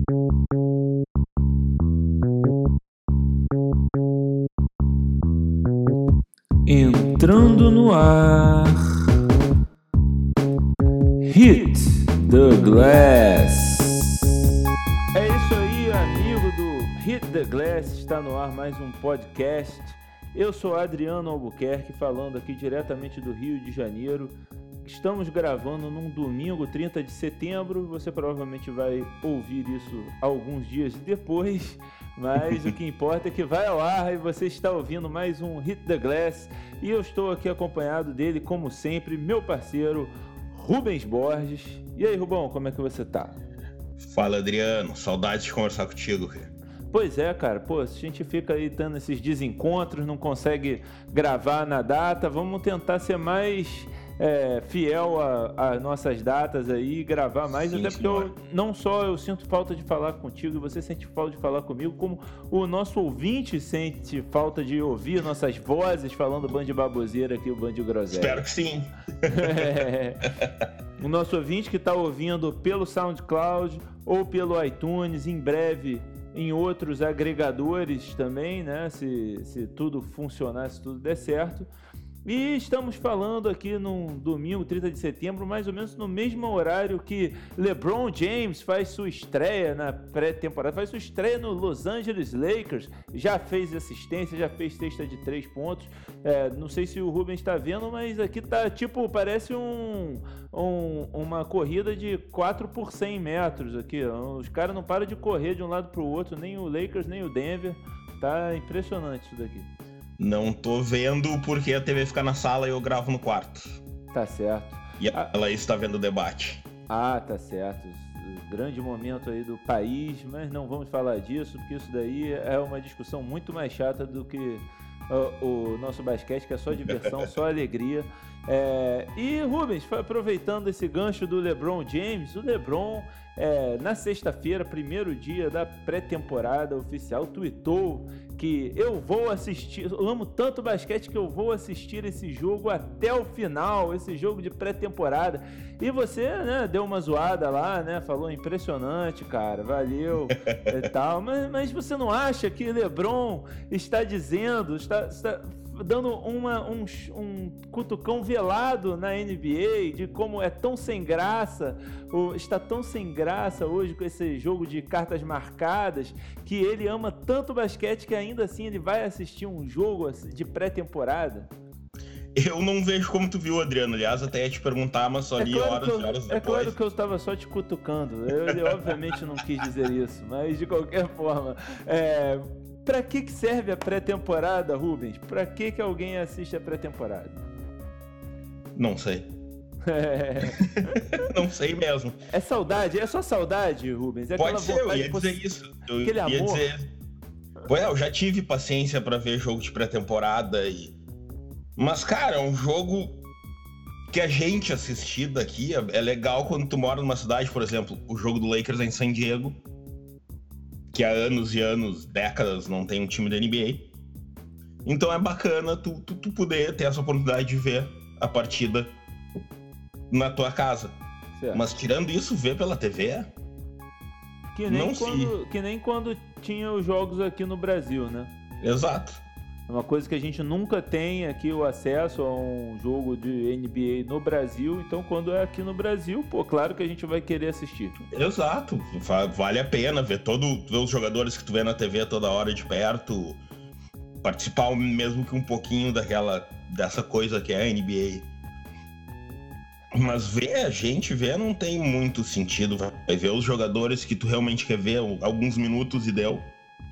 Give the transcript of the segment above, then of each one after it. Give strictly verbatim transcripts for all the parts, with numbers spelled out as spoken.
Entrando no ar, Hit the Glass. É isso aí, amigo do Hit the Glass, está no ar mais um podcast. Eu sou Adriano Albuquerque, falando aqui diretamente do Rio de Janeiro. Estamos gravando num domingo, trinta de setembro. Você provavelmente vai ouvir isso alguns dias depois, mas o que importa é que vai ao ar e você está ouvindo mais um Hit the Glass. E eu estou aqui acompanhado dele, como sempre, meu parceiro Rubens Borges. E aí, Rubão, como é que você tá? Fala, Adriano. Saudades de conversar contigo, cara. Pois é, cara. Pô, a gente fica aí dando esses desencontros, não consegue gravar na data. Vamos tentar ser mais... É, fiel às nossas datas aí, gravar mais, Sim, até porque eu, não só eu sinto falta de falar contigo e você sente falta de falar comigo, como o nosso ouvinte sente falta de ouvir nossas vozes falando bando de baboseira aqui, o bando de groselha. Espero que sim. É, o nosso ouvinte que está ouvindo pelo SoundCloud ou pelo iTunes, em breve em outros agregadores também, né? Se, se tudo funcionar, se tudo der certo. E estamos falando aqui num domingo, trinta de setembro, mais ou menos no mesmo horário que LeBron James faz sua estreia na pré-temporada, faz sua estreia no Los Angeles Lakers, já fez assistência, já fez cesta de três pontos, é, não sei se o Rubens está vendo, mas aqui tá tipo, parece um, um, uma corrida de quatro por cem metros aqui, os caras não param de correr de um lado para o outro, nem o Lakers, nem o Denver, tá impressionante isso daqui. Não tô vendo porque a T V fica na sala e eu gravo no quarto. Tá certo. E ela ah, está vendo o debate. Ah, tá certo. Grande momento aí do país, mas não vamos falar disso, porque isso daí é uma discussão muito mais chata do que uh, o nosso basquete, que é só diversão, só alegria. É... E, Rubens, aproveitando esse gancho do LeBron James, o LeBron, é, na sexta-feira, primeiro dia da pré-temporada oficial, tweetou que eu vou assistir, eu amo tanto basquete que eu vou assistir esse jogo até o final, esse jogo de pré-temporada. E você, né, deu uma zoada lá, né, falou impressionante, cara, valeu e tal, mas, mas você não acha que LeBron está dizendo, está, está dando uma, um, um cutucão velado na N B A, de como é tão sem graça, ou está tão sem graça hoje com esse jogo de cartas marcadas, que ele ama tanto basquete que ainda assim ele vai assistir um jogo de pré-temporada? Eu não vejo como tu viu, Adriano. Aliás, até ia te perguntar, mas só é li claro horas eu, e horas depois. É claro que eu estava só te cutucando. Eu, eu obviamente não quis dizer isso, mas de qualquer forma... É... Pra que que serve a pré-temporada, Rubens? Pra que que alguém assiste a pré-temporada? Não sei. É... Não sei mesmo. É saudade? É só saudade, Rubens? É Pode ser, eu ia dizer isso. Eu Aquele ia amor. dizer... Pois é, eu já tive paciência pra ver jogo de pré-temporada e... Mas, cara, é um jogo que a gente assistir daqui é legal quando tu mora numa cidade, por exemplo, o jogo do Lakers é em San Diego, que há anos e anos, décadas, não tem um time da N B A. Então é bacana tu, tu, tu poder ter essa oportunidade de ver a partida na tua casa. Certo. Mas tirando isso, ver pela T V... Que nem, não quando, se... que nem quando tinha os jogos aqui no Brasil, né? Exato. É uma coisa que a gente nunca tem aqui o acesso a um jogo de N B A no Brasil, então quando é aqui no Brasil, pô, claro que a gente vai querer assistir. Exato, vale a pena ver todos ver os jogadores que tu vê na T V toda hora de perto, participar mesmo que um pouquinho daquela, dessa coisa que é a N B A. Mas ver a gente ver não tem muito sentido, vai ver os jogadores que tu realmente quer ver alguns minutos e deu.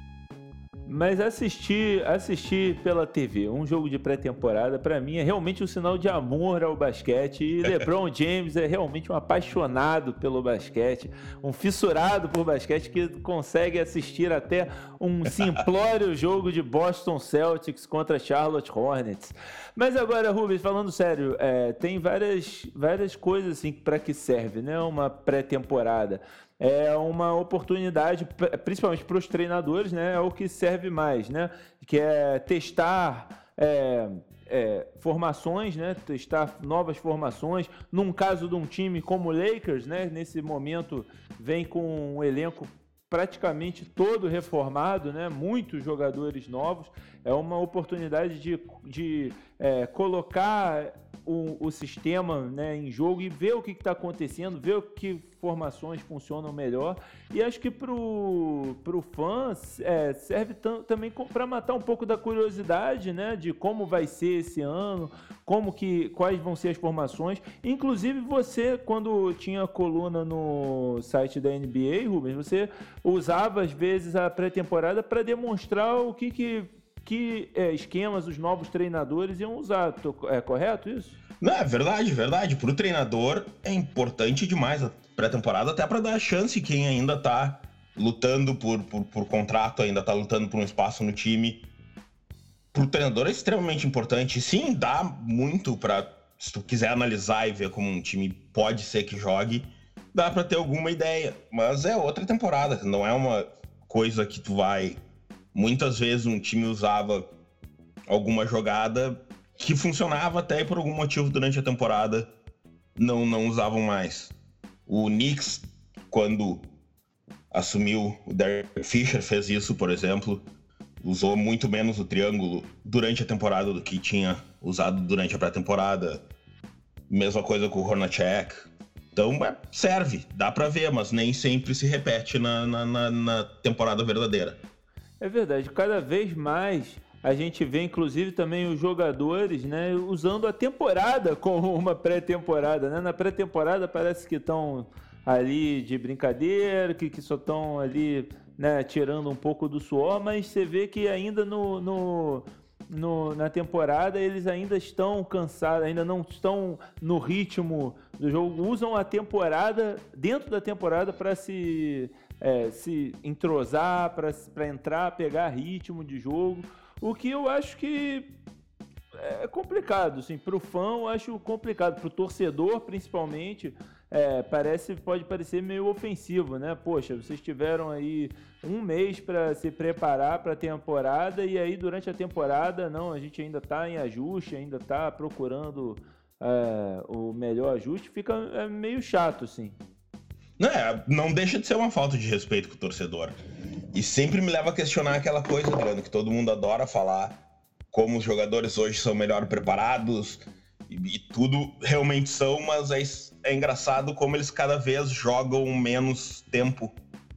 Mas assistir, assistir pela T V um jogo de pré-temporada, pra mim, é realmente um sinal de amor ao basquete. E LeBron James é realmente um apaixonado pelo basquete, um fissurado por basquete que consegue assistir até um simplório jogo de Boston Celtics contra Charlotte Hornets. Mas agora, Rubens, falando sério, é, tem várias, várias coisas assim para que serve, né? Uma pré-temporada. É uma oportunidade, principalmente para os treinadores, né? É o que serve mais, né? Que é testar é, é, formações, né? Testar novas formações. Num caso de um time como o Lakers, né? Nesse momento vem com um elenco praticamente todo reformado, né? Muitos jogadores novos, é uma oportunidade de, de é, colocar o, o sistema, né, em jogo e ver o que está acontecendo, ver o que formações funcionam melhor, e acho que pro, pro fã é, serve tam, também para matar um pouco da curiosidade, né, de como vai ser esse ano, como que, quais vão ser as formações. Inclusive você, quando tinha coluna no site da N B A, Rubens, você usava às vezes a pré-temporada para demonstrar o que que, que é, esquemas os novos treinadores iam usar. É correto isso? Não, é verdade, verdade. Pro treinador é importante demais a pré-temporada, até para dar a chance quem ainda tá lutando por, por, por contrato, ainda tá lutando por um espaço no time. Pro treinador é extremamente importante. Sim, dá muito pra, se tu quiser analisar e ver como um time pode ser que jogue, dá pra ter alguma ideia. Mas é outra temporada, não é uma coisa que tu vai... Muitas vezes um time usava alguma jogada que funcionava até e por algum motivo durante a temporada não, não usavam mais. O Knicks, quando assumiu o Derek Fisher, fez isso, por exemplo, usou muito menos o triângulo durante a temporada do que tinha usado durante a pré-temporada. Mesma coisa com o Hornacek. Então, é, serve, dá pra ver, mas nem sempre se repete na, na, na, na temporada verdadeira. É verdade, cada vez mais a gente vê, inclusive, também os jogadores, né, usando a temporada como uma pré-temporada, né? Na pré-temporada parece que estão ali de brincadeira, que, que só estão ali, né, tirando um pouco do suor, mas você vê que ainda no, no, no, na temporada eles ainda estão cansados, ainda não estão no ritmo do jogo, usam a temporada, dentro da temporada, para se, é, se entrosar, para entrar, pegar ritmo de jogo. O que eu acho que é complicado, assim, para o fã eu acho complicado, para o torcedor principalmente, é, parece, pode parecer meio ofensivo, né? Poxa, vocês tiveram aí um mês para se preparar para a temporada e aí durante a temporada, não, a gente ainda está em ajuste, ainda está procurando é, o melhor ajuste, fica é, meio chato, assim. Não, é, não deixa de ser uma falta de respeito com o torcedor. E sempre me leva a questionar aquela coisa, Adriano, que todo mundo adora falar, como os jogadores hoje são melhor preparados, e, e tudo realmente são, mas é, é engraçado como eles cada vez jogam menos tempo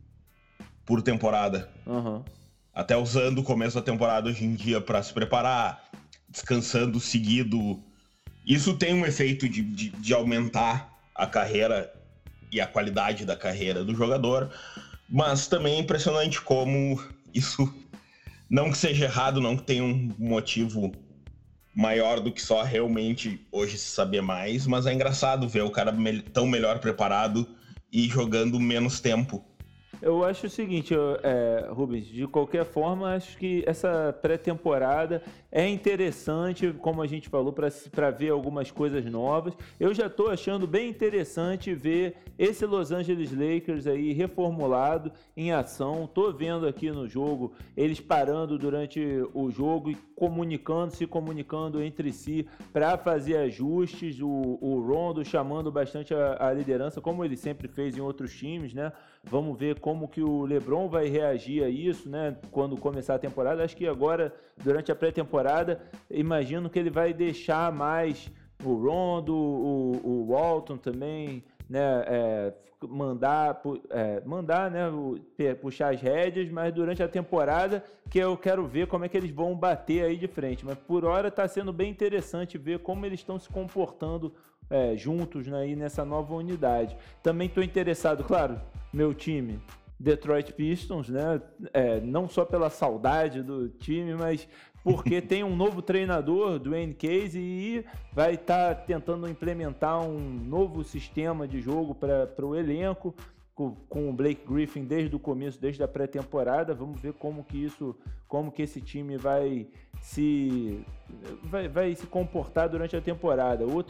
por temporada. Uhum. Até usando o começo da temporada hoje em dia para se preparar, descansando seguido. Isso tem um efeito de, de, de aumentar a carreira e a qualidade da carreira do jogador, mas também é impressionante como isso, não que seja errado, não que tenha um motivo maior do que só realmente hoje se saber mais, mas é engraçado ver o cara tão melhor preparado e jogando menos tempo. Eu acho o seguinte, é, Rubens, de qualquer forma, acho que essa pré-temporada é interessante, como a gente falou, para ver algumas coisas novas. Eu já estou achando bem interessante ver esse Los Angeles Lakers aí reformulado em ação. Estou vendo aqui no jogo eles parando durante o jogo e comunicando, se comunicando entre si para fazer ajustes. O, o Rondo chamando bastante a, a liderança, como ele sempre fez em outros times, né? Vamos ver como que o LeBron vai reagir a isso, né? Quando começar a temporada. Acho que agora, durante a pré-temporada, imagino que ele vai deixar mais o Rondo, o, o Walton também, né? É, mandar, é, mandar, né? O, puxar as rédeas, mas durante a temporada que eu quero ver como é que eles vão bater aí de frente. Mas por hora está sendo bem interessante ver como eles estão se comportando é, juntos, né, aí nessa nova unidade. Também estou interessado, claro, meu time, Detroit Pistons, né? É, não só pela saudade do time, mas porque tem um novo treinador, Dwayne Casey, e vai estar tá tentando implementar um novo sistema de jogo para o elenco, com, com o Blake Griffin desde o começo, desde a pré-temporada. Vamos ver como que isso, como que esse time vai se, vai, vai se comportar durante a temporada. Outros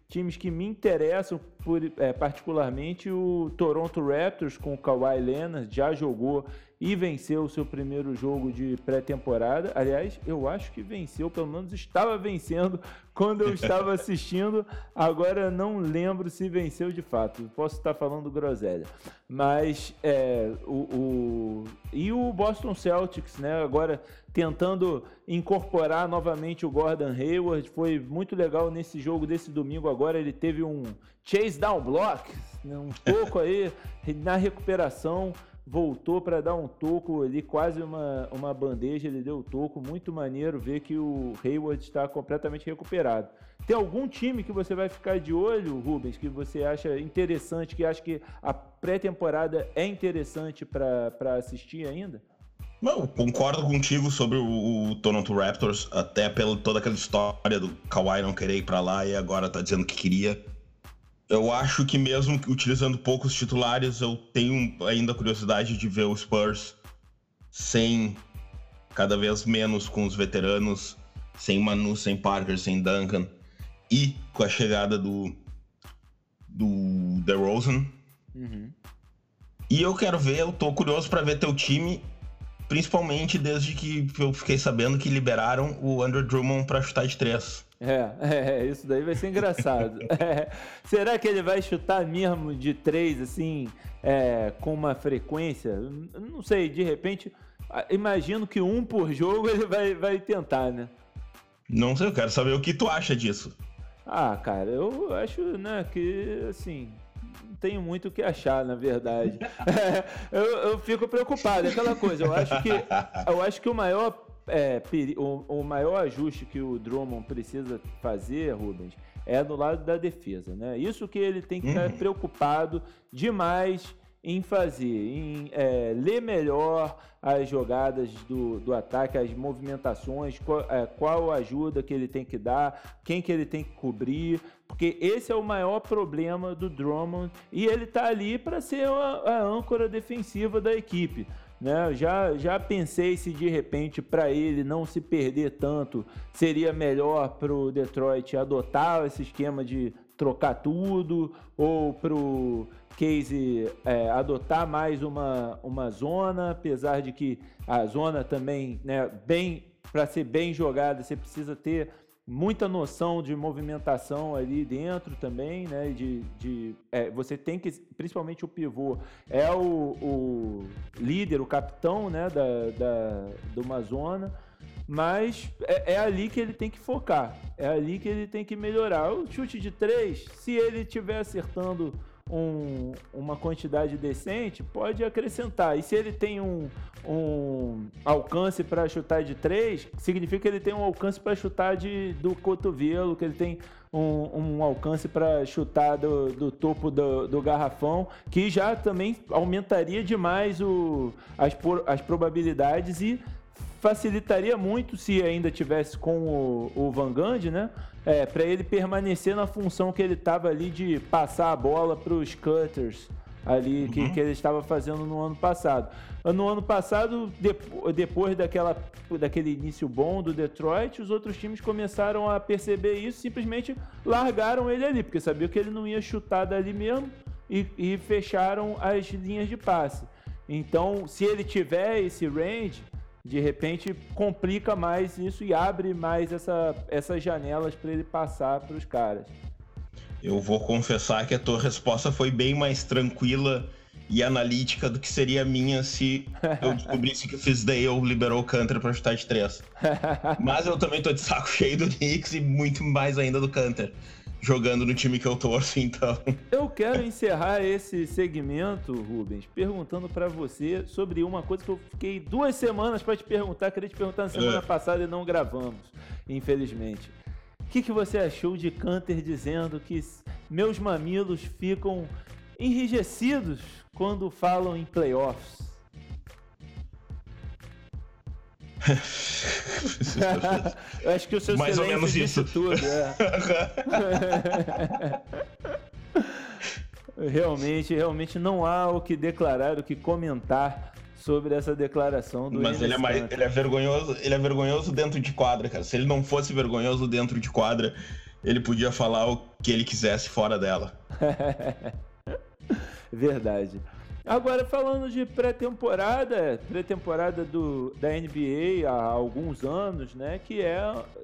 times que me interessam por, é, particularmente o Toronto Raptors com o Kawhi Leonard, já jogou e venceu o seu primeiro jogo de pré-temporada. Aliás, eu acho que venceu, pelo menos estava vencendo quando eu estava assistindo. Agora não lembro se venceu de fato, posso estar falando groselha. Mas é, o, o... e o Boston Celtics, né? Agora tentando incorporar novamente o Gordon Hayward, foi muito legal nesse jogo desse domingo. Agora ele teve um chase down block, um toco aí na recuperação, voltou para dar um toco ali, quase uma, uma bandeja, ele deu o toco, muito maneiro ver que o Hayward está completamente recuperado. Tem algum time que você vai ficar de olho, Rubens, que você acha interessante, que acha que a pré-temporada é interessante para assistir ainda? Eu concordo contigo sobre o, o Toronto Raptors, até pela toda aquela história do Kawhi não querer ir pra lá e agora tá dizendo que queria. Eu acho que mesmo utilizando poucos titulares, eu tenho ainda curiosidade de ver o Spurs sem, cada vez menos com os veteranos, sem Manu, sem Parker, sem Duncan, e com a chegada do, do DeRozan. Uhum. E eu quero ver, eu tô curioso pra ver teu time, principalmente desde que eu fiquei sabendo que liberaram o Andre Drummond pra chutar de três. É, é, isso daí vai ser engraçado. É, será que ele vai chutar mesmo de três, assim, é, com uma frequência? Não sei, de repente, imagino que um por jogo ele vai, vai tentar, né? Não sei, eu quero saber o que tu acha disso. Ah, cara, eu acho, né, que, assim, não tenho muito o que achar, na verdade. É, eu, eu fico preocupado, é aquela coisa, eu acho que, eu acho que o maior... É, o, o maior ajuste que o Drummond precisa fazer, Rubens, é do lado da defesa, né? Isso que ele tem que estar uhum. preocupado demais em fazer, em é, ler melhor as jogadas do, do ataque, as movimentações, qual, é, qual ajuda que ele tem que dar, quem que ele tem que cobrir, porque esse é o maior problema do Drummond e ele está ali para ser a, a âncora defensiva da equipe. Né? Já, já pensei se de repente para ele não se perder tanto seria melhor para o Detroit adotar esse esquema de trocar tudo ou para o Casey é, adotar mais uma, uma zona, apesar de que a zona também, né, bem, para ser bem jogada você precisa ter muita noção de movimentação ali dentro também, né? De, de, é, você tem que, principalmente o pivô, é o, o líder, o capitão, né? Da, da, de uma zona, mas é, é ali que ele tem que focar, é ali que ele tem que melhorar. O chute de três, se ele estiver acertando um, uma quantidade decente, pode acrescentar. E se ele tem um, um alcance para chutar de três, significa que ele tem um alcance para chutar de, do cotovelo, que ele tem um, um alcance para chutar do, do topo do, do garrafão, que já também aumentaria demais o, as, as probabilidades e facilitaria muito se ainda tivesse com o, o Van Gundy, né? É, para ele permanecer na função que ele estava ali de passar a bola para os cutters ali, uhum. que, que ele estava fazendo no ano passado. No ano passado, de, depois daquela, daquele início bom do Detroit, os outros times começaram a perceber isso, simplesmente largaram ele ali, porque sabiam que ele não ia chutar dali mesmo e, e fecharam as linhas de passe. Então, se ele tiver esse range, de repente complica mais isso e abre mais essa, essas janelas para ele passar para os caras. Eu vou confessar que a tua resposta foi bem mais tranquila e analítica do que seria a minha se eu descobrisse que o Fizdale liberou o Kanter para chutar de três. Mas eu também tô de saco cheio do Knicks e muito mais ainda do Kanter, jogando no time que eu torço, então. Eu quero encerrar esse segmento, Rubens, perguntando para você sobre uma coisa que eu fiquei duas semanas para te perguntar, queria te perguntar na semana é. passada e não gravamos, infelizmente. O que, que você achou de Kanter dizendo que meus mamilos ficam enrijecidos quando falam em playoffs? Eu acho que o seu mais ou menos isso tudo, é. realmente, realmente não há o que declarar, o que comentar sobre essa declaração do Mas ele é, mais, ele é vergonhoso, ele é vergonhoso dentro de quadra, cara. Se ele não fosse vergonhoso dentro de quadra, ele podia falar o que ele quisesse fora dela. Verdade. Agora, falando de pré-temporada, pré-temporada do, da N B A há alguns anos, né, que é,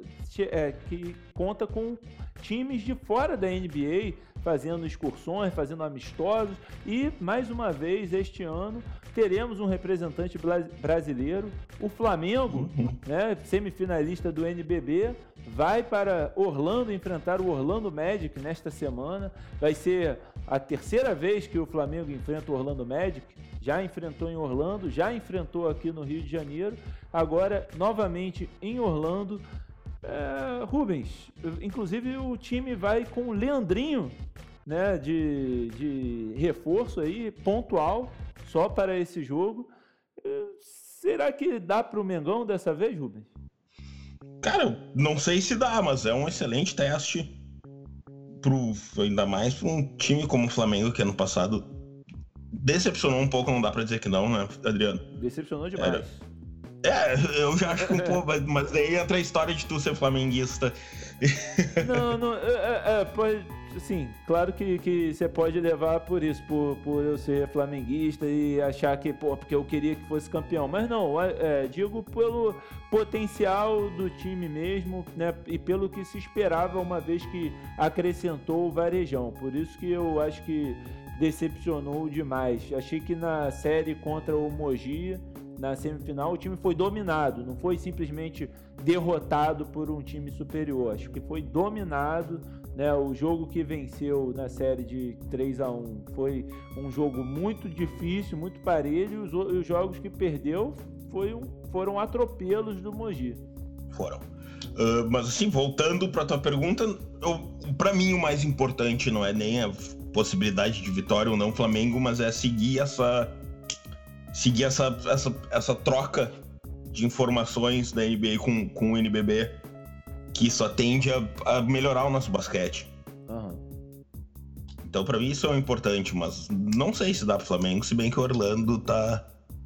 é que conta com times de fora da N B A fazendo excursões, fazendo amistosos, e mais uma vez este ano teremos um representante brasileiro, o Flamengo, né, semifinalista do N B B, vai para Orlando enfrentar o Orlando Magic nesta semana. Vai ser a terceira vez que o Flamengo enfrenta o Orlando Magic. Já enfrentou em Orlando, já enfrentou aqui no Rio de Janeiro, agora novamente em Orlando. É, Rubens, inclusive o time vai com o Leandrinho, né, de, de reforço aí, pontual, só para esse jogo. Será que dá para o Mengão dessa vez, Rubens? Cara, não sei se dá, mas é um excelente teste, pro, ainda mais para um time como o Flamengo, que ano passado decepcionou um pouco, não dá para dizer que não, né, Adriano? Decepcionou demais. Era... É, eu já acho que um pouco, mas daí entra a história de tu ser flamenguista. Não, não, é, é, pode, assim, claro que, que você pode levar por isso, por, por eu ser flamenguista e achar que, pô, porque eu queria que fosse campeão, mas não, é, digo pelo potencial do time mesmo, né, e pelo que se esperava uma vez que acrescentou o Varejão, por isso que eu acho que decepcionou demais. Achei que na série contra o Mogi, na semifinal, o time foi dominado, não foi simplesmente derrotado por um time superior, acho que foi dominado, né? O jogo que venceu na série de três a um foi um jogo muito difícil, muito parelho, e os, os jogos que perdeu foi um, foram atropelos do Mogi. Foram. Uh, mas assim, voltando para tua pergunta, para mim o mais importante não é nem a possibilidade de vitória ou não Flamengo, mas é seguir essa seguir essa, essa, essa troca de informações da N B A com, com o N B B, que só tende a, a melhorar o nosso basquete. Uhum. Então, pra mim, isso é importante, mas não sei se dá pro Flamengo, se bem que o Orlando tá...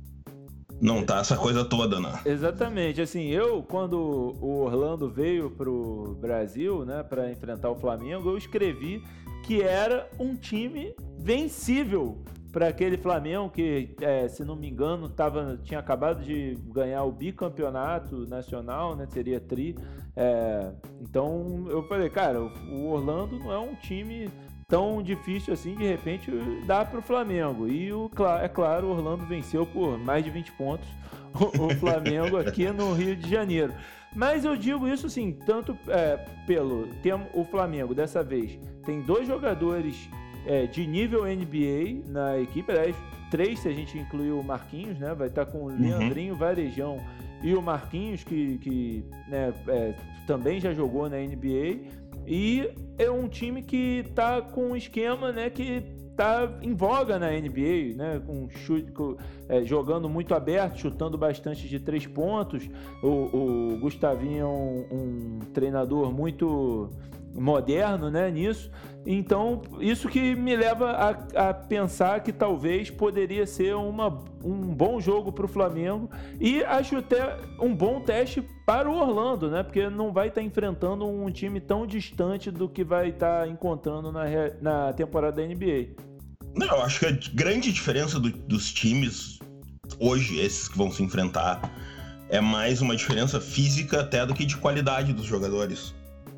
não tá essa coisa toda, né? Exatamente. Assim, eu, quando o Orlando veio pro Brasil, né, pra enfrentar o Flamengo, eu escrevi que era um time vencível para aquele Flamengo que, é, se não me engano, tava, tinha acabado de ganhar o bicampeonato nacional, né? Seria tri. É, então eu falei, cara, o Orlando não é um time tão difícil assim, de repente dá para o Flamengo. E o, é claro, o Orlando venceu por mais de vinte pontos o, o Flamengo aqui no Rio de Janeiro. Mas eu digo isso assim, tanto é, pelo tem o Flamengo dessa vez tem dois jogadores É, de nível N B A na equipe, aliás, três se a gente incluir o Marquinhos, né? Vai estar com o Leandrinho, uhum. Varejão e o Marquinhos, que, que né, é, também já jogou na N B A, e é um time que está com um esquema, né, que está em voga na N B A, né, com chute, com, é, jogando muito aberto, chutando bastante de três pontos. O, o Gustavinho é um, um treinador muito moderno, né, nisso. Então, isso que me leva a, a pensar que talvez poderia ser uma, um bom jogo para o Flamengo, e acho até um bom teste para o Orlando, né? Porque não vai estar enfrentando um time tão distante do que vai estar encontrando na, na temporada da N B A. Não, eu acho que a grande diferença do, dos times hoje, esses que vão se enfrentar, é mais uma diferença física até do que de qualidade dos jogadores.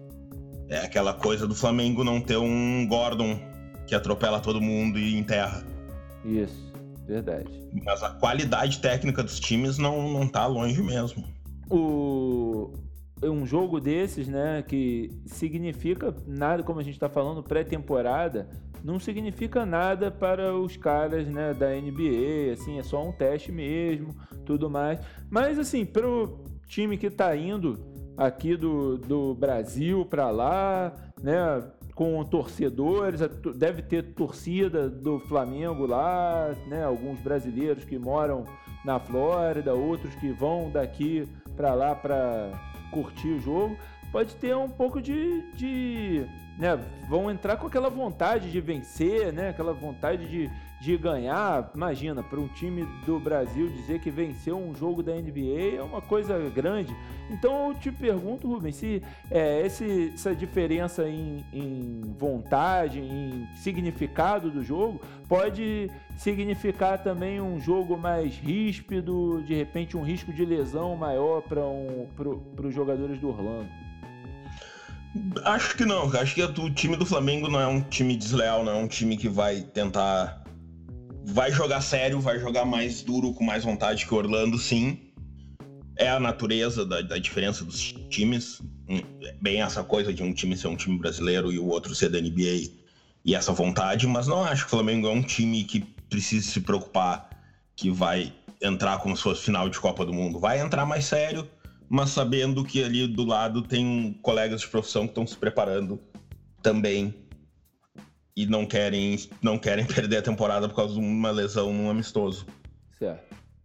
É aquela coisa do Flamengo não ter um Gordon que atropela todo mundo e enterra. Isso, verdade. Mas a qualidade técnica dos times não, não tá longe mesmo. O... Um jogo desses, né, que significa nada, como a gente tá falando, pré-temporada, não significa nada para os caras, né, da N B A, assim, é só um teste mesmo, tudo mais. Mas, assim, pro time que tá indo aqui do, do Brasil para lá, né, com torcedores, deve ter torcida do Flamengo lá, né, alguns brasileiros que moram na Flórida, outros que vão daqui para lá para curtir o jogo, pode ter um pouco de, de né, vão entrar com aquela vontade de vencer, né, aquela vontade de, de ganhar. Imagina, para um time do Brasil dizer que venceu um jogo da N B A é uma coisa grande. Então eu te pergunto, Rubens, se é, esse, essa diferença em, em vontade, em significado do jogo, pode significar também um jogo mais ríspido, de repente um risco de lesão maior para um, os jogadores do Orlando? Acho que não. Acho que o time do Flamengo não é um time desleal, não é um time que vai tentar... Vai jogar sério, vai jogar mais duro, com mais vontade que o Orlando, sim. É a natureza da, da diferença dos times. Bem essa coisa de um time ser um time brasileiro e o outro ser da N B A. E essa vontade, mas não acho que o Flamengo é um time que precisa se preocupar que vai entrar como se fosse final de Copa do Mundo. Vai entrar mais sério, mas sabendo que ali do lado tem colegas de profissão que estão se preparando também e não querem, não querem perder a temporada por causa de uma lesão num amistoso. Certo.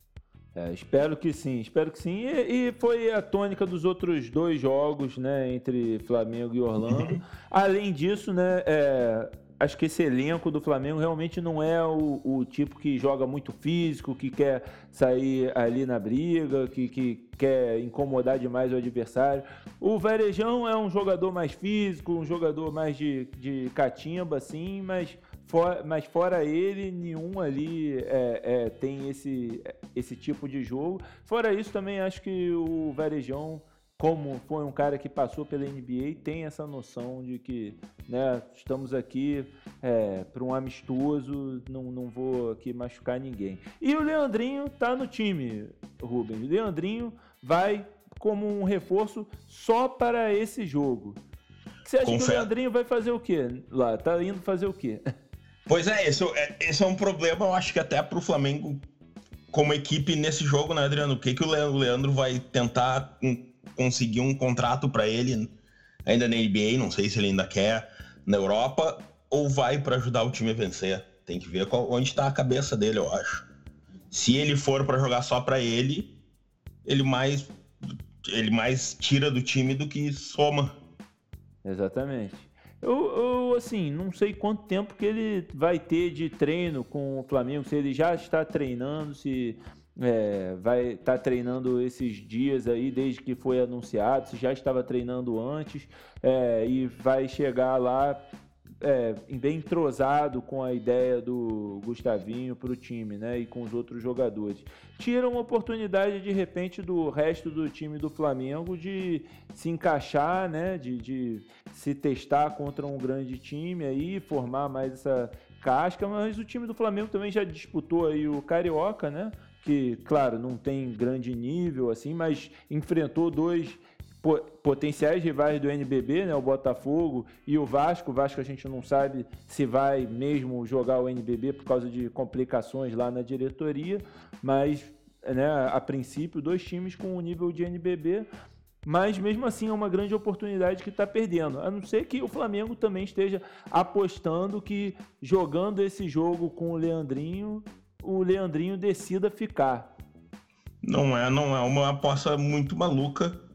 É, espero que sim, espero que sim. E, e foi a tônica dos outros dois jogos, né, entre Flamengo e Orlando. Além disso, né, é, acho que esse elenco do Flamengo realmente não é o, o tipo que joga muito físico, que quer sair ali na briga, que, que quer incomodar demais o adversário. O Varejão é um jogador mais físico, um jogador mais de, de catimba, assim, mas... For, mas fora ele, nenhum ali é, é, tem esse, esse tipo de jogo. Fora isso, também acho que o Varejão, como foi um cara que passou pela N B A, tem essa noção de que, né, estamos aqui é, para um amistoso, não, não vou aqui machucar ninguém. E o Leandrinho tá no time, Rubens. O Leandrinho vai como um reforço só para esse jogo. Você acha Confere. que o Leandrinho vai fazer o quê lá? Tá indo fazer o quê? Pois é, esse, esse é um problema, eu acho que até pro Flamengo como equipe nesse jogo, né, Adriano? O que, que o Leandro vai tentar conseguir um contrato para ele ainda na N B A, não sei se ele ainda quer, na Europa, ou vai para ajudar o time a vencer? Tem que ver qual, onde tá a cabeça dele, eu acho. Se ele for para jogar só para ele, ele mais, ele mais tira do time do que soma. Exatamente. Eu, eu, assim, não sei quanto tempo que ele vai ter de treino com o Flamengo, se ele já está treinando, se é, vai estar tá treinando esses dias aí, desde que foi anunciado, se já estava treinando antes, é, e vai chegar lá é, bem entrosado com a ideia do Gustavinho para o time, né, e com os outros jogadores. Tira uma oportunidade, de repente, do resto do time do Flamengo de se encaixar, né, de, de se testar contra um grande time aí, formar mais essa casca, mas o time do Flamengo também já disputou aí o Carioca, né, que, claro, não tem grande nível, assim, mas enfrentou dois potenciais rivais do N B B, né, o Botafogo e o Vasco. O Vasco a gente não sabe se vai mesmo jogar o N B B por causa de complicações lá na diretoria, mas, né, a princípio, dois times com o nível de N B B, mas mesmo assim é uma grande oportunidade que está perdendo, a não ser que o Flamengo também esteja apostando que jogando esse jogo com o Leandrinho, o Leandrinho decida ficar. Não é, não é uma aposta muito maluca.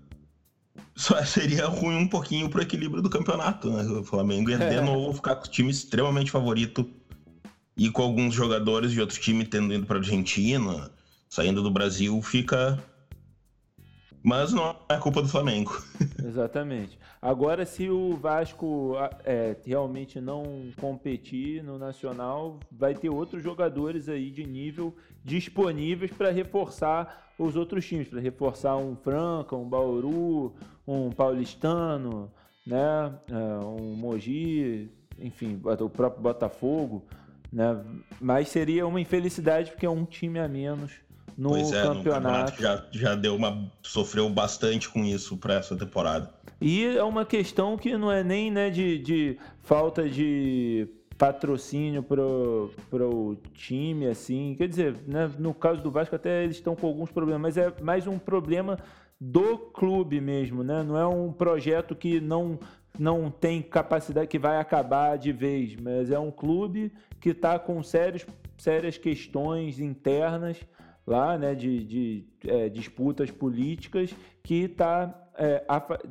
Só seria ruim um pouquinho pro equilíbrio do campeonato, né? O Flamengo ia é. de novo ficar com o time extremamente favorito e com alguns jogadores de outro time tendo ido pra Argentina, saindo do Brasil, fica... Mas não é culpa do Flamengo. Exatamente. Agora, se o Vasco é, realmente não competir no Nacional, vai ter outros jogadores aí de nível disponíveis para reforçar os outros times, para reforçar um Franca, um Bauru, um Paulistano, né, um Mogi, enfim, o próprio Botafogo, né? Mas seria uma infelicidade porque é um time a menos no pois é, campeonato. No campeonato já, já deu uma, sofreu bastante com isso para essa temporada. E é uma questão que não é nem, né, de, de falta de patrocínio pro, pro time, assim, quer dizer, né, no caso do Vasco até eles estão com alguns problemas, mas é mais um problema do clube mesmo, né? Não é um projeto que não, não tem capacidade, que vai acabar de vez, mas é um clube que está com sérios, sérias questões internas lá, né, de, de é, disputas políticas que está é,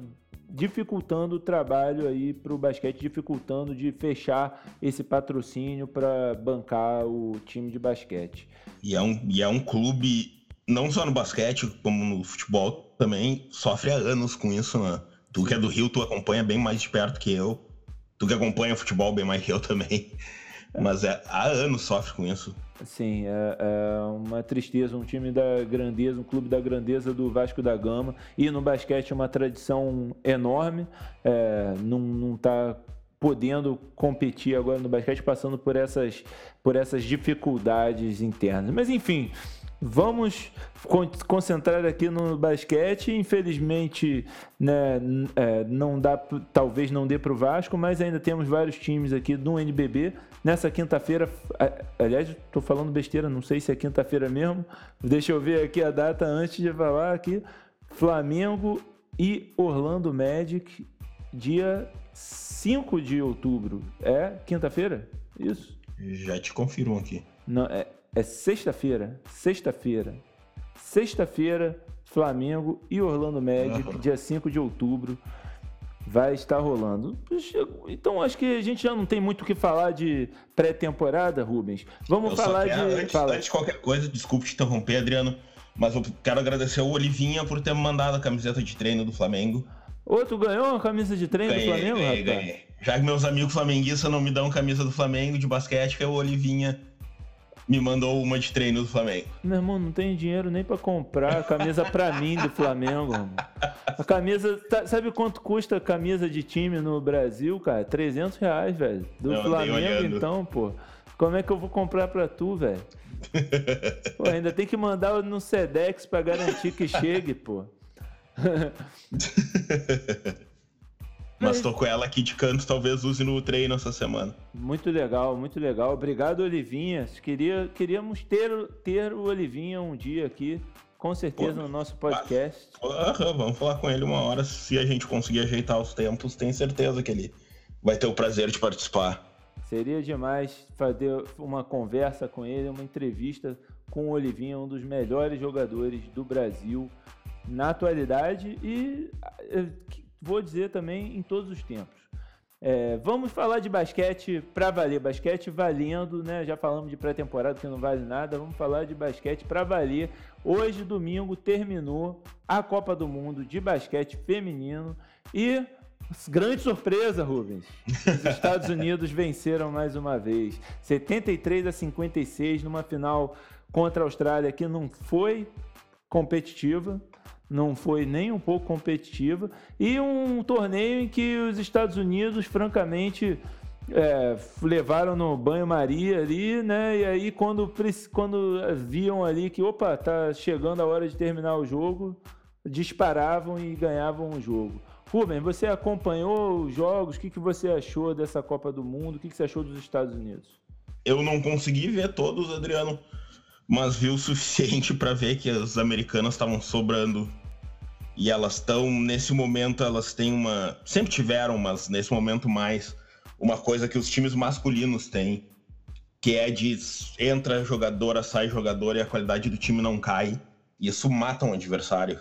dificultando o trabalho aí para o basquete, dificultando de fechar esse patrocínio para bancar o time de basquete. E é, um, e é um clube, não só no basquete, como no futebol também, sofre há anos com isso, né? Tu que é do Rio, tu acompanha bem mais de perto que eu. Tu que acompanha futebol bem mais que eu também. Mas é, há anos sofre com isso. Sim, é, é uma tristeza, um time da grandeza, um clube da grandeza do Vasco da Gama, e no basquete uma tradição enorme, é, não, não tá podendo competir agora no basquete, passando por essas, por essas dificuldades internas. Mas enfim, vamos concentrar aqui no basquete. Infelizmente, né, é, não dá, talvez não dê para o Vasco, mas ainda temos vários times aqui no N B B. Nessa quinta-feira, aliás, estou falando besteira, não sei se é quinta-feira mesmo. Deixa eu ver aqui a data antes de falar aqui. Flamengo e Orlando Magic, dia cinco de outubro. É quinta-feira? Isso? Já te confirmo aqui. Não, é, é sexta-feira. Sexta-feira. Sexta-feira, Flamengo e Orlando Magic, uhum. dia cinco de outubro. Vai estar rolando. Então, acho que a gente já não tem muito o que falar de pré-temporada, Rubens. Vamos eu falar quero, de... Antes, Fala. antes de qualquer coisa, desculpe te interromper, Adriano, mas eu quero agradecer ao Olivinha por ter me mandado a camiseta de treino do Flamengo. Ô, tu ganhou uma camisa de treino ganhei, do Flamengo, ganhei, rapaz? Ganhei. Já que meus amigos flamenguistas não me dão camisa do Flamengo de basquete, que é o Olivinha me mandou uma de treino do Flamengo. Meu irmão, não tenho dinheiro nem pra comprar a camisa pra mim do Flamengo, irmão. A camisa... Tá, sabe quanto custa a camisa de time no Brasil, cara? trezentos reais, velho. Do eu Flamengo, então, pô. Como é que eu vou comprar pra tu, velho? Pô, ainda tem que mandar no Sedex pra garantir que chegue, pô. Mas tô com ela aqui de canto, talvez use no treino essa semana. Muito legal, muito legal. Obrigado, Olivinha. Queria, queríamos ter, ter o Olivinha um dia aqui, com certeza, Pô, no nosso podcast. Ah, vamos falar com ele uma hora, se a gente conseguir ajeitar os tempos, tenho certeza que ele vai ter o prazer de participar. Seria demais fazer uma conversa com ele, uma entrevista com o Olivinha, um dos melhores jogadores do Brasil na atualidade e... vou dizer também em todos os tempos. É, vamos falar de basquete para valer. Basquete valendo, né? Já falamos de pré-temporada que não vale nada. Vamos falar de basquete para valer. Hoje, domingo, terminou a Copa do Mundo de basquete feminino. E, grande surpresa, Rubens, os Estados Unidos venceram mais uma vez. setenta e três a cinquenta e seis numa final contra a Austrália que não foi competitiva. Não foi nem um pouco competitiva, e um torneio em que os Estados Unidos, francamente, é, levaram no banho-maria ali, né? E aí, quando, quando viam ali que, opa, tá chegando a hora de terminar o jogo, disparavam e ganhavam o jogo. Rubem, você acompanhou os jogos? O que, que você achou dessa Copa do Mundo? O que, que você achou dos Estados Unidos? Eu não consegui ver todos, Adriano, mas vi o suficiente para ver que as americanas estavam sobrando. E elas estão, nesse momento, elas têm uma... Sempre tiveram, mas nesse momento mais, uma coisa que os times masculinos têm, que é de entra jogadora, sai jogadora e a qualidade do time não cai. E isso mata um adversário.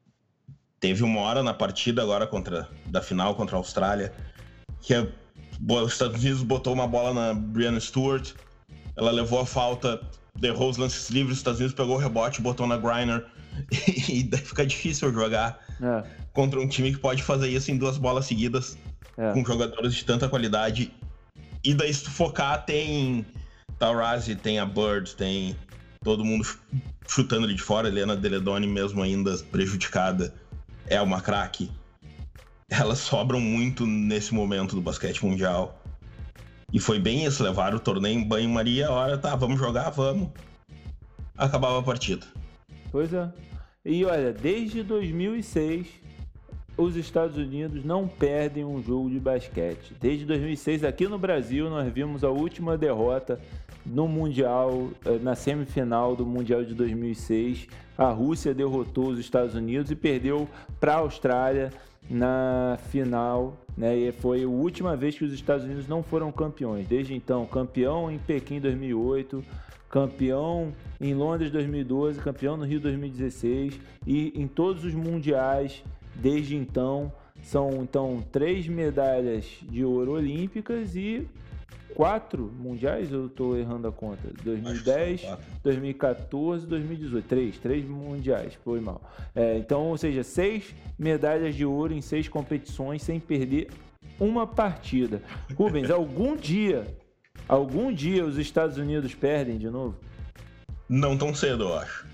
Teve uma hora na partida agora contra, da final contra a Austrália, que a, os Estados Unidos botou uma bola na Breanna Stewart, ela levou a falta, derrou os lances livres, os Estados Unidos pegou o rebote, botou na Griner, e daí fica difícil jogar é. contra um time que pode fazer isso em duas bolas seguidas, é. com jogadores de tanta qualidade. E daí, se tu focar, tem Taurasi, tem a Bird, tem todo mundo chutando ali de fora. Helena Deledoni, mesmo ainda prejudicada, é uma craque. Elas sobram muito nesse momento do basquete mundial. E foi bem isso, levaram o torneio em banho-maria, a hora, tá, vamos jogar, vamos. Acabava a partida. Pois é. E olha, desde dois mil e seis, os Estados Unidos não perdem um jogo de basquete. Desde dois mil e seis, aqui no Brasil, nós vimos a última derrota no Mundial, na semifinal do Mundial de dois mil e seis. A Rússia derrotou os Estados Unidos e perdeu para a Austrália na final, né? E foi a última vez que os Estados Unidos não foram campeões. Desde então, campeão em Pequim dois mil e oito, campeão em Londres dois mil e doze, campeão no Rio dois mil e dezesseis e em todos os mundiais desde então São, então, três medalhas de ouro olímpicas e quatro mundiais, eu estou errando a conta? dois mil e dez, dois mil e quatorze, dois mil e dezoito. Três, três mundiais, foi mal. É, então, ou seja, seis medalhas de ouro em seis competições sem perder uma partida. Rubens, algum dia, algum dia os Estados Unidos perdem de novo? Não tão cedo, eu acho.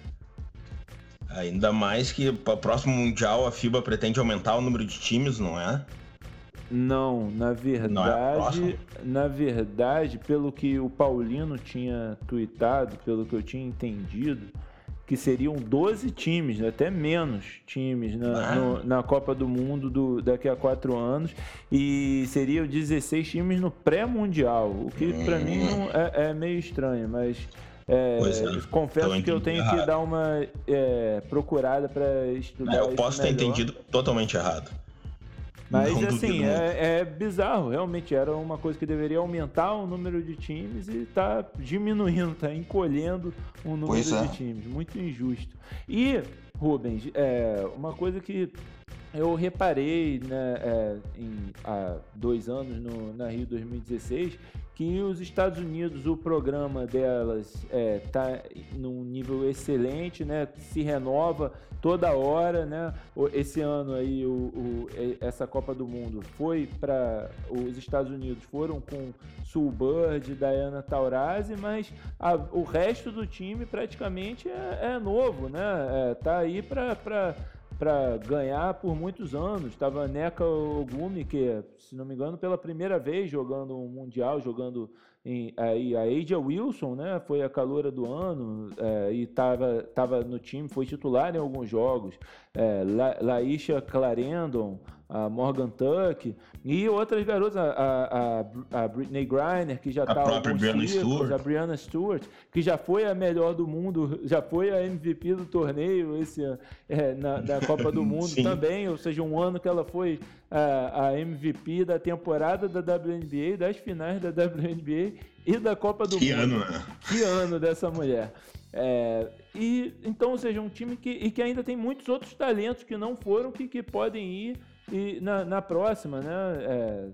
Ainda mais que para o próximo Mundial a FIBA pretende aumentar o número de times, não é? Não, na verdade, não é na verdade, pelo que o Paulino tinha tweetado, pelo que eu tinha entendido, que seriam doze times, até menos times na, ah. no, na Copa do Mundo do, daqui a quatro anos, e seriam dezesseis times no pré-mundial, o que hum. para mim não é, é meio estranho, mas é, é. confesso então, que eu tenho errado. que dar uma é, procurada para estudar. É, eu posso ter entendido totalmente errado. Mas não assim, é, é bizarro, realmente era uma coisa que deveria aumentar o número de times e tá diminuindo, tá encolhendo o número pois de é. times, muito injusto. E, Rubens, é, uma coisa que eu reparei, né, é, em, há dois anos no, na Rio dois mil e dezesseis, que os Estados Unidos, o programa delas está é, num nível excelente, né, se renova toda hora, né? Esse ano aí, o, o, essa Copa do Mundo foi para os Estados Unidos, foram com Sue Bird, Diana Taurasi, mas a, o resto do time praticamente é, é novo, né? É, tá aí para para ganhar por muitos anos. Estava a Nneka Ogumi, que, se não me engano, pela primeira vez jogando um Mundial, jogando em, aí, a A'ja Wilson, né, foi a caloura do ano, é, e estava tava no time, foi titular em alguns jogos. É, La, Laisha Clarendon, a Morgan Tuck e outras garotas, a, a, a Brittney Griner, que já está há alguns ciclos, a Brianna Stewart, que já foi a melhor do mundo, já foi a M V P do torneio esse, é, na, da Copa do Mundo também, ou seja, um ano que ela foi a, a M V P da temporada da W N B A, das finais da W N B A e da Copa do que Mundo. Ano, né? Que ano dessa mulher. É, e, então, ou seja, um time que, e que ainda tem muitos outros talentos que não foram, que, que podem ir e na, na próxima, né? É,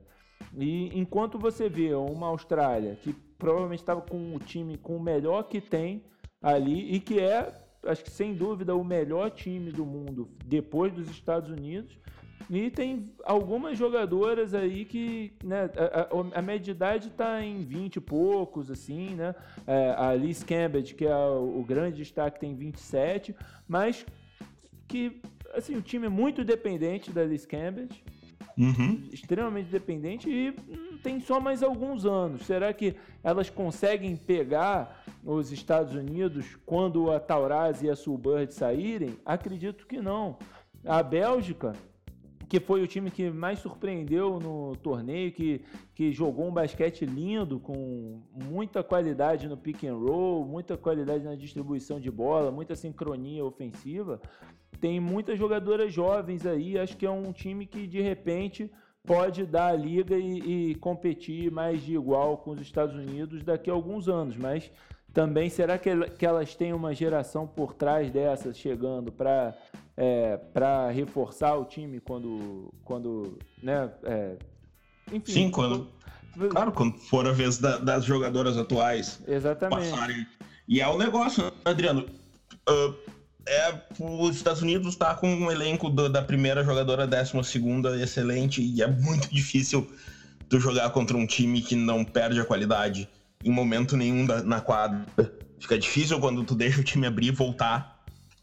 e enquanto você vê uma Austrália que provavelmente estava com o time com o melhor que tem ali e que é, acho que sem dúvida, o melhor time do mundo depois dos Estados Unidos, e tem algumas jogadoras aí que, né, a, a, a média de idade está em vinte e poucos, assim, né? É, a Liz Cambage, que é o, o grande destaque, tem vinte e sete, mas que, assim, o time é muito dependente da Liz Cambage, uhum. extremamente dependente, e hum, tem só mais alguns anos. Será que elas conseguem pegar os Estados Unidos quando a Taurasi e a Sue Bird saírem? Acredito que não. A Bélgica, que foi o time que mais surpreendeu no torneio, que, que jogou um basquete lindo, com muita qualidade no pick and roll, muita qualidade na distribuição de bola, muita sincronia ofensiva. Tem muitas jogadoras jovens aí, acho que é um time que, de repente, pode dar a liga e, e competir mais de igual com os Estados Unidos daqui a alguns anos, mas também, será que, que elas têm uma geração por trás dessas chegando para é, para reforçar o time quando, quando né, é, enfim... Sim, quando, quando, claro, quando for a vez da, das jogadoras atuais exatamente. Passarem. E é o negócio, Adriano, uh, é, os Estados Unidos tá com um elenco do, da primeira jogadora, décima segunda, excelente, e é muito difícil tu jogar contra um time que não perde a qualidade em momento nenhum da, na quadra. Fica difícil quando tu deixa o time abrir e voltar,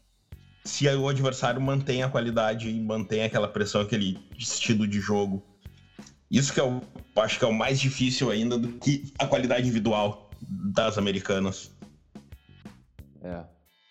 se o adversário mantém a qualidade e mantém aquela pressão, aquele estilo de jogo. Isso que eu acho que é o mais difícil ainda do que a qualidade individual das americanas. É.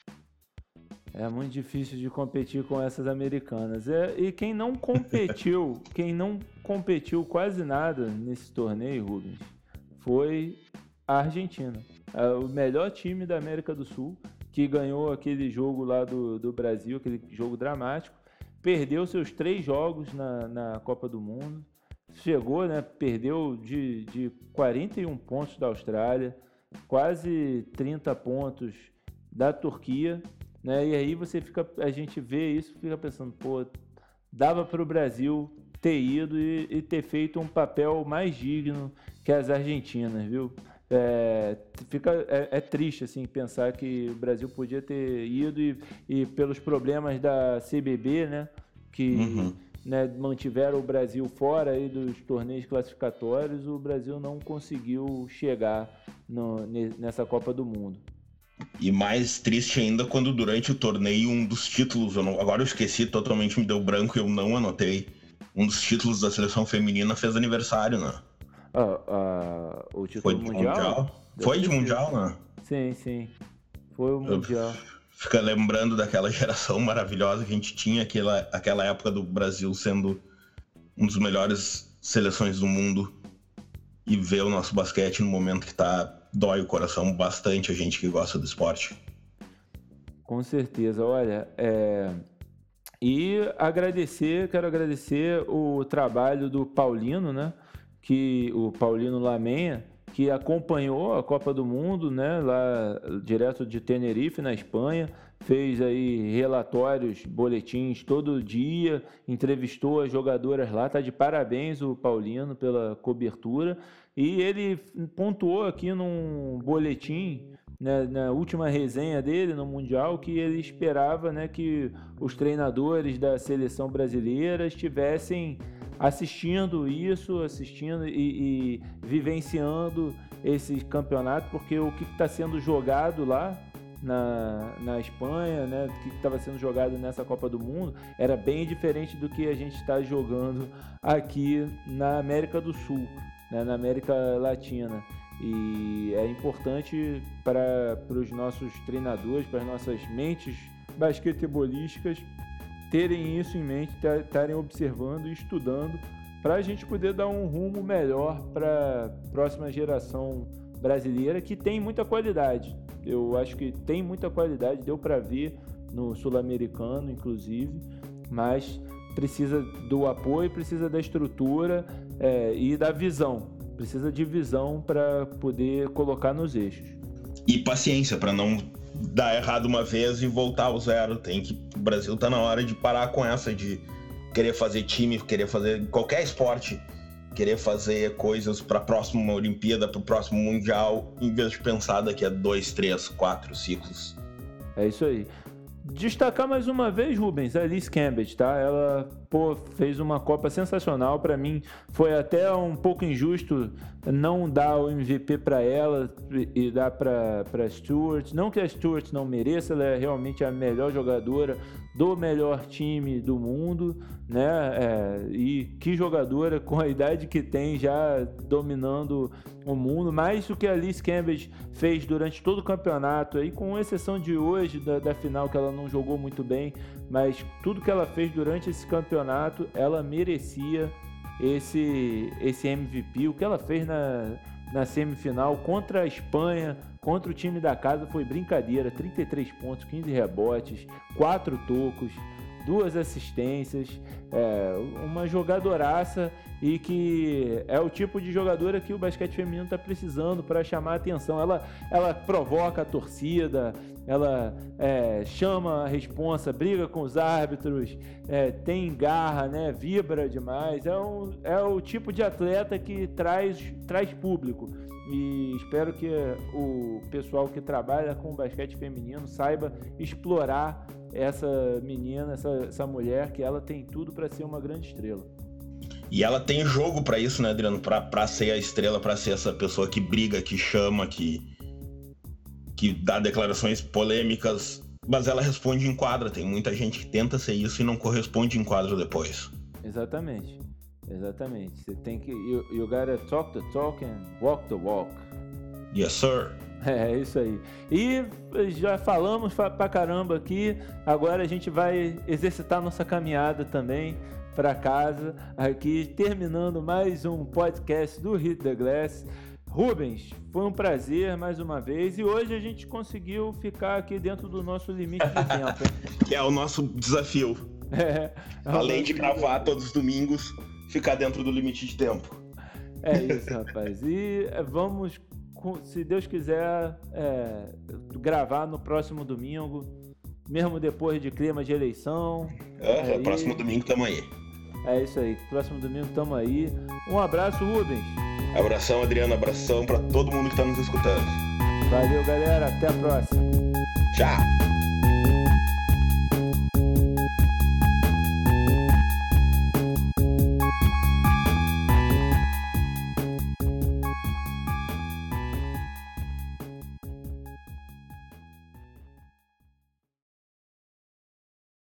É muito difícil de competir com essas americanas. É, e quem não competiu, quem não competiu quase nada nesse torneio, Rubens, foi a Argentina. É o melhor time da América do Sul, que ganhou aquele jogo lá do, do Brasil, aquele jogo dramático, perdeu seus três jogos na, na Copa do Mundo, chegou, né, perdeu de, de quarenta e um pontos da Austrália, quase trinta pontos da Turquia, né, e aí você fica, a gente vê isso, fica pensando, pô, dava para o Brasil ter ido e, e ter feito um papel mais digno que as argentinas, viu? É, fica, é, é triste assim, pensar que o Brasil podia ter ido e, e pelos problemas da C B B, né, que uhum. né, mantiveram o Brasil fora aí dos torneios classificatórios, o Brasil não conseguiu chegar no, nessa Copa do Mundo. E mais triste ainda quando durante o torneio um dos títulos, eu não, agora eu esqueci, totalmente me deu branco e eu não anotei, um dos títulos da seleção feminina fez aniversário, né? Ah, ah, o título Foi mundial? mundial? Foi de mundial, né? Sim, sim. Foi o mundial. Fica lembrando daquela geração maravilhosa que a gente tinha, aquela, aquela época do Brasil sendo um dos melhores seleções do mundo, e ver o nosso basquete no momento que tá, dói o coração bastante a gente que gosta do esporte. Com certeza, olha, é... e agradecer, quero agradecer o trabalho do Paulino, né? Que o Paulino Lamenha, que acompanhou a Copa do Mundo, né, lá direto de Tenerife, na Espanha, fez aí relatórios, boletins todo dia, entrevistou as jogadoras lá, tá de parabéns o Paulino pela cobertura, e ele pontuou aqui num boletim, né, na última resenha dele no Mundial, que ele esperava, né, que os treinadores da seleção brasileira estivessem assistindo isso, assistindo e, e vivenciando esse campeonato, porque o que está sendo jogado lá na, na Espanha, né, o que estava sendo jogado nessa Copa do Mundo, era bem diferente do que a gente está jogando aqui na América do Sul, né, na América Latina. E é importante para os nossos treinadores, para as nossas mentes basquetebolísticas, terem isso em mente, estarem observando e estudando, para a gente poder dar um rumo melhor para a próxima geração brasileira, que tem muita qualidade. Eu acho que tem muita qualidade, deu para ver no Sul-Americano, inclusive, mas precisa do apoio, precisa da estrutura é, e da visão. Precisa de visão para poder colocar nos eixos. E paciência, para não dar errado uma vez e voltar ao zero. Tem que, o Brasil tá na hora de parar com essa de querer fazer time, querer fazer qualquer esporte, querer fazer coisas para a próxima Olimpíada, para o próximo Mundial, em vez de pensar daqui a dois, três, quatro ciclos. É isso aí. Destacar mais uma vez, Rubens, a Liz Cambage, tá? Ela, pô, fez uma Copa sensacional. Para mim, foi até um pouco injusto não dar o M V P para ela e dar para para Stewart. Não que a Stewart não mereça, ela é realmente a melhor jogadora do melhor time do mundo, né? É, e que jogadora com a idade que tem, já dominando o mundo. Mais do que a Liz Cambage fez durante todo o campeonato, aí, com exceção de hoje, da, da final, que ela não jogou muito bem, mas tudo que ela fez durante esse campeonato, ela merecia esse, esse M V P. O que ela fez na, na semifinal contra a Espanha, contra o time da casa, foi brincadeira. Trinta e três pontos, quinze rebotes, quatro tocos, duas assistências, é, uma jogadoraça, e que é o tipo de jogadora que o basquete feminino está precisando para chamar a atenção. Ela, ela provoca a torcida, ela é, chama a responsa, briga com os árbitros, é, tem garra, né, vibra demais. É, um, é o tipo de atleta que traz, traz público. E espero que o pessoal que trabalha com o basquete feminino saiba explorar essa menina, essa, essa mulher, que ela tem tudo para ser uma grande estrela. E ela tem jogo para isso, né, Adriano? Pra, pra ser a estrela, pra ser essa pessoa que briga, que chama, que, que dá declarações polêmicas, mas ela responde em quadra. Tem muita gente que tenta ser isso e não corresponde em quadra depois. Exatamente, exatamente. Você tem que... You, you gotta talk the talk and walk the walk. Yes, sir. É, isso aí. E já falamos pra caramba aqui, agora a gente vai exercitar nossa caminhada também para casa, aqui terminando mais um podcast do Hit the Glass. Rubens, foi um prazer mais uma vez, e hoje a gente conseguiu ficar aqui dentro do nosso limite de tempo. Que é o nosso desafio. É, é Além de gravar todos os domingos, ficar dentro do limite de tempo. É isso, rapaz. E vamos, se Deus quiser, é, gravar no próximo domingo, mesmo depois de clima de eleição. É, é próximo domingo tamo aí. É isso aí. Próximo domingo tamo aí. Um abraço, Rubens. Abração, Adriano. Abração para todo mundo que tá nos escutando. Valeu, galera. Até a próxima. Tchau.